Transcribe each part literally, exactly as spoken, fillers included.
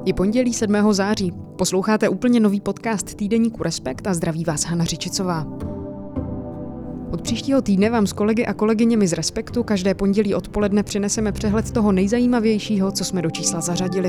Je pondělí sedmého září. Posloucháte úplně nový podcast týdeníku Respekt a zdraví vás Hana Řičicová. Od příštího týdne vám s kolegy a kolegyněmi z Respektu každé pondělí odpoledne přineseme přehled toho nejzajímavějšího, co jsme do čísla zařadili.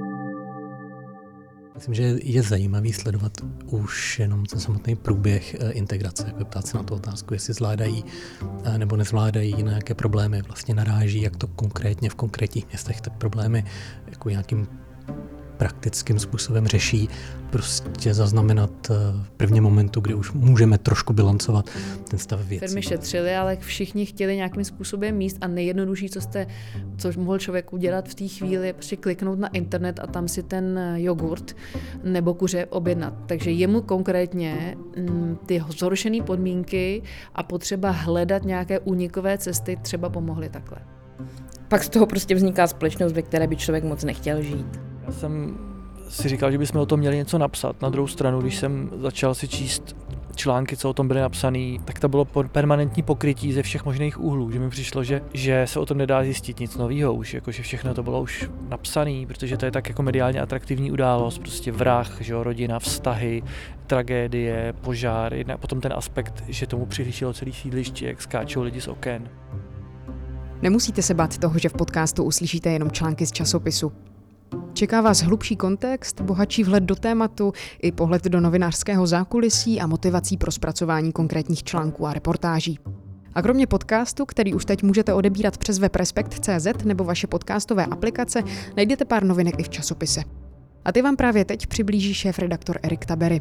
Myslím, že je zajímavý sledovat už jenom ten samotný průběh integrace, jako ptát se na tu otázku, jestli zvládají nebo nezvládají, na jaké problémy vlastně naráží, jak to konkrétně v konkrétních městech ty problémy jako nějakým praktickým způsobem řeší, prostě zaznamenat v prvním momentu, kdy už můžeme trošku bilancovat ten stav věcí. Firmy šetřily, ale všichni chtěli nějakým způsobem míst a nejjednodušší, co jste, co mohl člověk udělat v té chvíli, je prostě kliknout na internet a tam si ten jogurt nebo kuře objednat. Takže jemu konkrétně ty zhoršené podmínky a potřeba hledat nějaké únikové cesty třeba pomohly takhle. Pak z toho prostě vzniká společnost, ve které by člověk moc nechtěl žít. Já jsem si říkal, že bychom o tom měli něco napsat. Na druhou stranu, když jsem začal si číst články, co o tom byly napsané, tak to bylo permanentní pokrytí ze všech možných úhlů, že mi přišlo, že, že se o tom nedá zjistit nic nového už, jakože všechno to bylo už napsané, protože to je tak jako mediálně atraktivní událost, prostě vrah, že jo, rodina, vztahy, tragédie, požár, jednak potom ten aspekt, že tomu přihlíželo celý sídliště, jak skáčou lidi z oken. Nemusíte se bát toho, že v podcastu uslyšíte jenom články z časopisu. Čeká vás hlubší kontext, bohatší vhled do tématu i pohled do novinářského zákulisí a motivací pro zpracování konkrétních článků a reportáží. A kromě podcastu, který už teď můžete odebírat přes web respekt tečka cé zet nebo vaše podcastové aplikace, najdete pár novinek i v časopise. A ty vám právě teď přiblíží šéfredaktor Erik Tabery.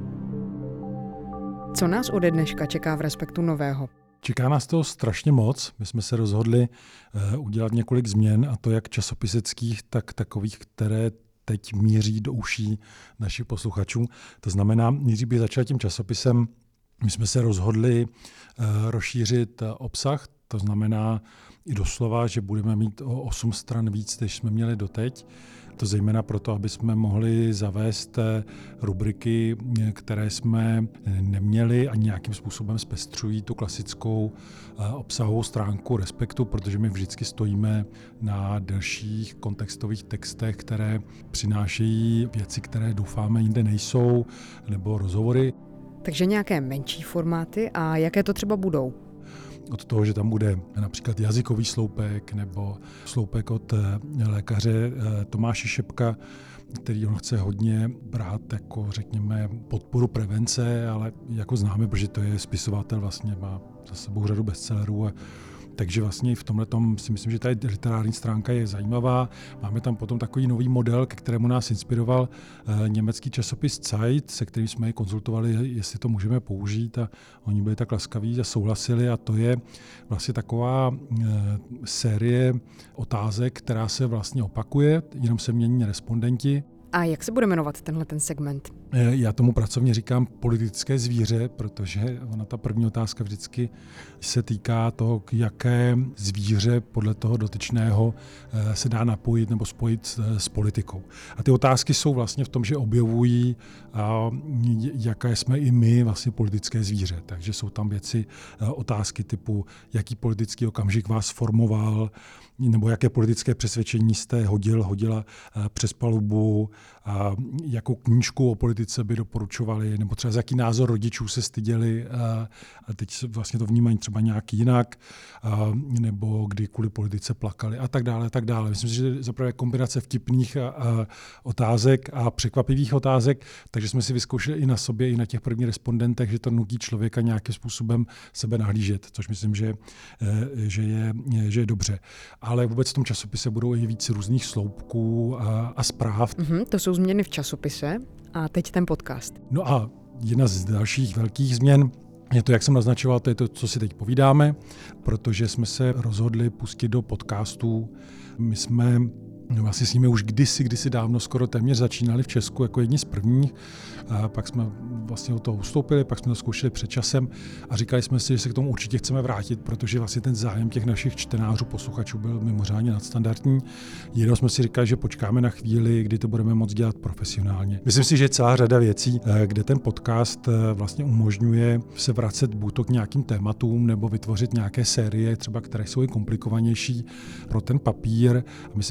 Co nás ode dneška čeká v Respektu nového? Čeká nás toho strašně moc. My jsme se rozhodli uh, udělat několik změn, a to jak časopiseckých, tak takových, které teď míří do uší našich posluchačů. To znamená, nejdřív bych začal tím časopisem. My jsme se rozhodli uh, rozšířit uh, obsah, to znamená i doslova, že budeme mít o osm stran víc, než jsme měli doteď. To zejména proto, aby jsme mohli zavést rubriky, které jsme neměli a nějakým způsobem zpestřují tu klasickou obsahovou stránku Respektu, protože my vždycky stojíme na delších kontextových textech, které přinášejí věci, které doufáme jinde nejsou, nebo rozhovory. Takže nějaké menší formáty a jaké to třeba budou? Od toho, že tam bude například jazykový sloupek nebo sloupek od lékaře Tomáše Šepka, který on chce hodně brát jako, řekněme, podporu prevence, ale jako známe, protože to je spisovatel, vlastně má za sebou řadu bestsellerů. A takže vlastně v tomhletom si myslím, že ta literární stránka je zajímavá. Máme tam potom takový nový model, ke kterému nás inspiroval uh, německý časopis Zeit, se kterým jsme je konzultovali, jestli to můžeme použít, a oni byli tak laskaví a souhlasili, a to je vlastně taková uh, série otázek, která se vlastně opakuje, jenom se mění respondenti. A jak se bude jmenovat tenhle ten segment? Já tomu pracovně říkám politické zvíře, protože ona ta první otázka vždycky se týká toho, k jaké zvíře podle toho dotyčného se dá napojit nebo spojit s politikou. A ty otázky jsou vlastně v tom, že objevují, jaké jsme i my vlastně politické zvíře. Takže jsou tam věci, otázky typu, jaký politický okamžik vás formoval, nebo jaké politické přesvědčení jste hodil, hodila přes palubu, a jakou knížku o politice by doporučovali, nebo třeba z jaký názor rodičů se styděli a teď vlastně to vnímají třeba nějak jinak, nebo kdy kvůli politice plakali a tak dále, a tak dále. Myslím si, že zaprvé kombinace vtipných otázek a překvapivých otázek, takže jsme si vyzkoušeli i na sobě, i na těch prvních respondentech, že to nutí člověka nějakým způsobem sebe nahlížet, což myslím, že, že, je, že je dobře. Ale vůbec v tom časopise budou i víc různých sloupků a, a zpráv. Mm-hmm, to jsou změny v časopise a teď ten podcast. No a jedna z dalších velkých změn je to, jak jsem naznačoval, to je to, co si teď povídáme, protože jsme se rozhodli pustit do podcastů. My jsme vlastně s nimi už kdysi, kdysi dávno skoro téměř začínali v Česku jako jedni z prvních. A pak jsme vlastně od toho ustoupili, pak jsme to zkoušeli před časem a říkali jsme si, že se k tomu určitě chceme vrátit, protože vlastně ten zájem těch našich čtenářů, posluchačů byl mimořádně nadstandardní. Jenom jsme si říkali, že počkáme na chvíli, kdy to budeme moct dělat profesionálně. Myslím si, že je celá řada věcí, kde ten podcast vlastně umožňuje se vracet buď to k nějakým tématům nebo vytvořit nějaké série, třeba které jsou i komplikovanější pro ten papír. Myslím si, že tam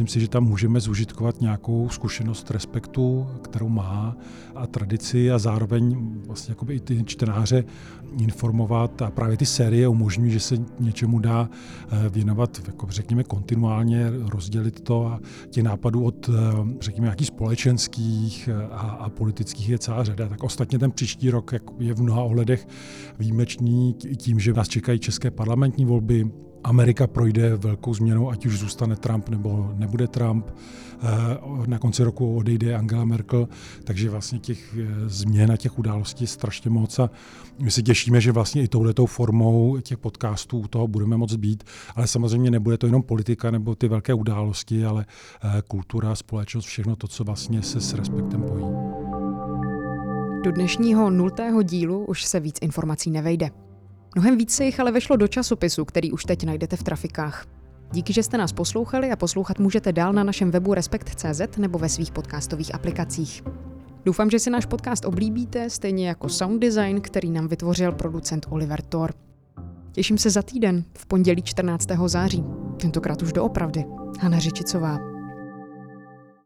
můžeme zužitkovat nějakou zkušenost respektu, kterou má a tradici a zároveň vlastně jakoby i ty čtenáře informovat a právě ty série umožňují, že se něčemu dá věnovat, jako řekněme, kontinuálně, rozdělit to a těch nápadů od, řekněme, nějakých společenských a, a politických je celá řada. Tak ostatně ten příští rok je v mnoha ohledech výjimečný tím, že nás čekají české parlamentní volby. Amerika projde velkou změnou, ať už zůstane Trump nebo nebude Trump. Na konci roku odejde Angela Merkel, takže vlastně těch změn a těch událostí je strašně moc a my se těšíme, že vlastně i touhletou formou těch podcastů u toho budeme moc být, ale samozřejmě nebude to jenom politika nebo ty velké události, ale kultura, společnost, všechno to, co vlastně se s respektem pojí. Do dnešního nultého dílu už se víc informací nevejde. Mnohem víc se jich ale vešlo do časopisu, který už teď najdete v trafikách. Díky, že jste nás poslouchali a poslouchat můžete dál na našem webu respekt tečka cé zet nebo ve svých podcastových aplikacích. Doufám, že si náš podcast oblíbíte, stejně jako sound design, který nám vytvořil producent Oliver Thor. Těším se za týden, v pondělí čtrnáctého září. Tentokrát už doopravdy. Hana Řičicová.